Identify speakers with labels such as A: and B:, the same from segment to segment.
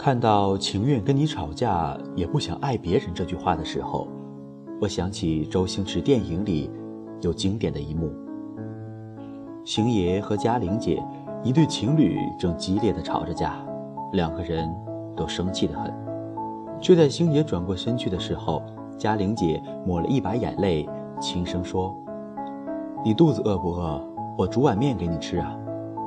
A: 看到情愿跟你吵架也不想爱别人这句话的时候，我想起周星驰电影里有经典的一幕，星爷和嘉玲姐一对情侣正激烈地吵着架，两个人都生气得很。就在星爷转过身去的时候，嘉玲姐抹了一把眼泪，轻声说：“你肚子饿不饿？我煮碗面给你吃啊。”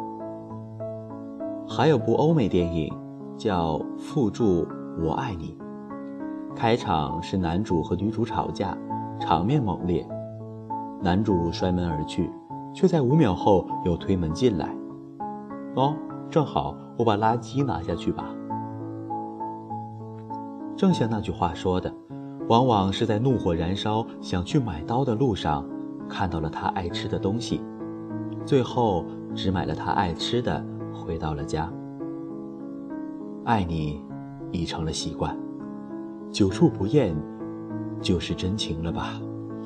A: 还有部欧美电影叫《附注我爱你》，开场是男主和女主吵架，场面猛烈，男主摔门而去，却在5秒后又推门进来。哦，正好我把垃圾拿下去吧。正像那句话说的，往往是在怒火燃烧想去买刀的路上，看到了他爱吃的东西，最后只买了他爱吃的，回到了家。爱你已成了习惯，久处不厌就是真情了吧。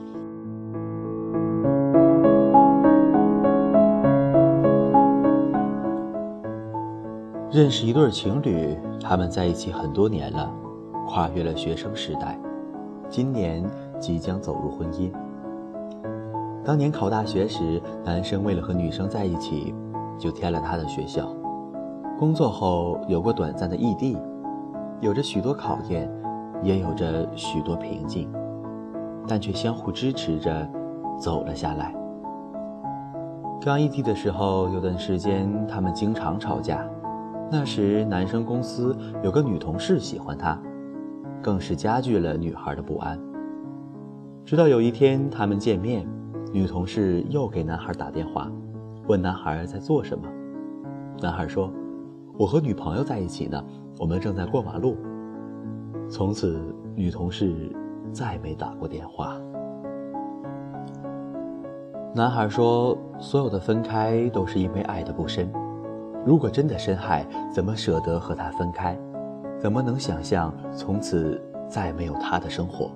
A: 认识一对情侣，他们在一起很多年了，跨越了学生时代，今年即将走入婚姻。当年考大学时，男生为了和女生在一起，就填了她的学校。工作后有过短暂的异地，有着许多考验，也有着许多平静，但却相互支持着走了下来。刚异地的时候，有段时间他们经常吵架，那时男生公司有个女同事喜欢他，更是加剧了女孩的不安。直到有一天他们见面，女同事又给男孩打电话，问男孩在做什么。男孩说：“我和女朋友在一起呢，我们正在过马路。”从此女同事再没打过电话。男孩说：“所有的分开都是因为爱的不深，如果真的深爱，怎么舍得和他分开？怎么能想象从此再没有他的生活？”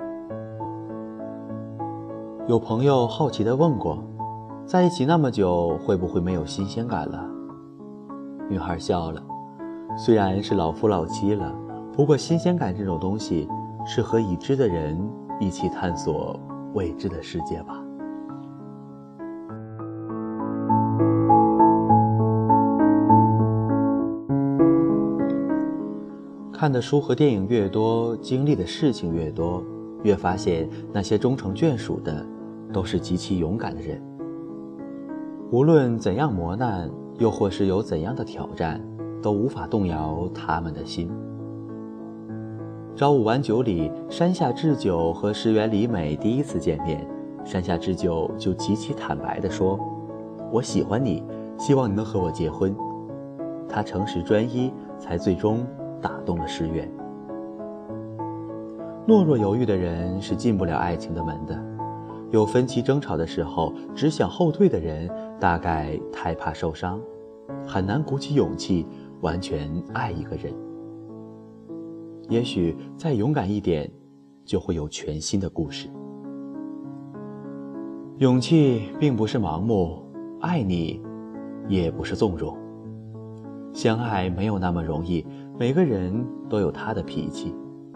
A: 有朋友好奇地问过，在一起那么久，会不会没有新鲜感了？女孩笑了，虽然是老夫老妻了，不过新鲜感这种东西，是和已知的人一起探索未知的世界吧。看的书和电影越多，经历的事情越多，越发现那些终成眷属的都是极其勇敢的人。无论怎样磨难，又或是有怎样的挑战，都无法动摇他们的心。朝五晚九里，山下智久和石原里美第一次见面，山下智久就极其坦白地说：“我喜欢你，希望你能和我结婚。”他诚实专一，才最终打动了石原。懦弱犹豫的人是进不了爱情的门的，有分歧争吵的时候，只想后退的人大概太怕受伤，很难鼓起勇气完全爱一个人。也许再勇敢一点，就会有全新的故事。勇气并不是盲目，爱你也不是纵容。相爱没有那么容易，每个人都有他的脾气，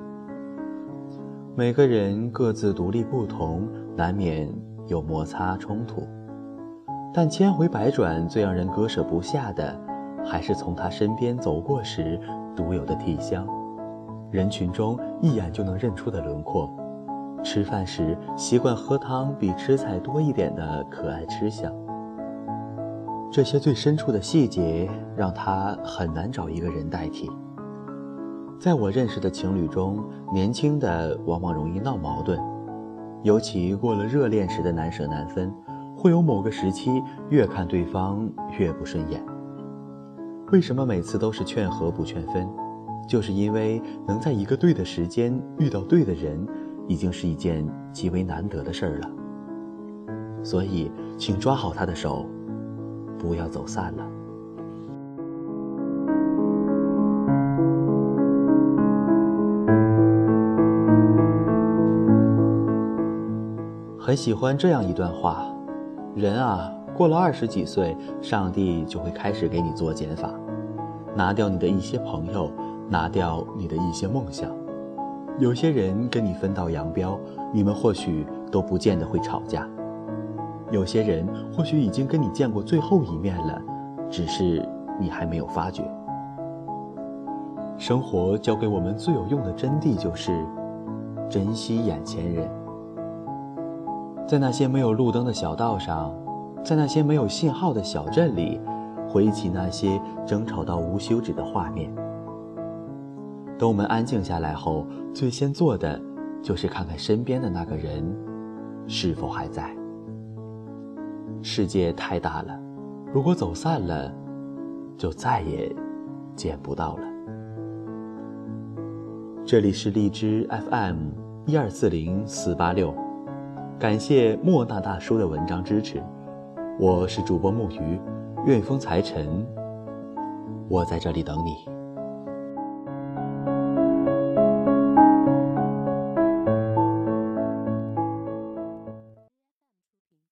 A: 每个人各自独立不同，难免有摩擦冲突，但千回百转，最让人割舍不下的，还是从他身边走过时独有的体香，人群中一眼就能认出的轮廓，吃饭时习惯喝汤比吃菜多一点的可爱吃相。这些最深处的细节，让他很难找一个人代替。在我认识的情侣中，年轻的往往容易闹矛盾，尤其过了热恋时的难舍难分，会有某个时期越看对方越不顺眼。为什么每次都是劝和不劝分？就是因为能在一个对的时间遇到对的人，已经是一件极为难得的事儿了。所以请抓好他的手，不要走散了。很喜欢这样一段话：人啊，过了20几岁，上帝就会开始给你做减法，拿掉你的一些朋友， 拿掉你的一些梦想。有些人跟你分道扬镳，你们或许都不见得会吵架。有些人或许已经跟你见过最后一面了，只是你还没有发觉。生活教给我们最有用的真谛就是珍惜眼前人。在那些没有路灯的小道上，在那些没有信号的小镇里，回忆起那些争吵到无休止的画面。等我们安静下来后，最先做的就是看看身边的那个人是否还在。世界太大了，如果走散了，就再也见不到了。这里是荔枝 FM1240486，感谢莫那大叔的文章支持。我是主播木鱼，愿风财神，我在这里等你。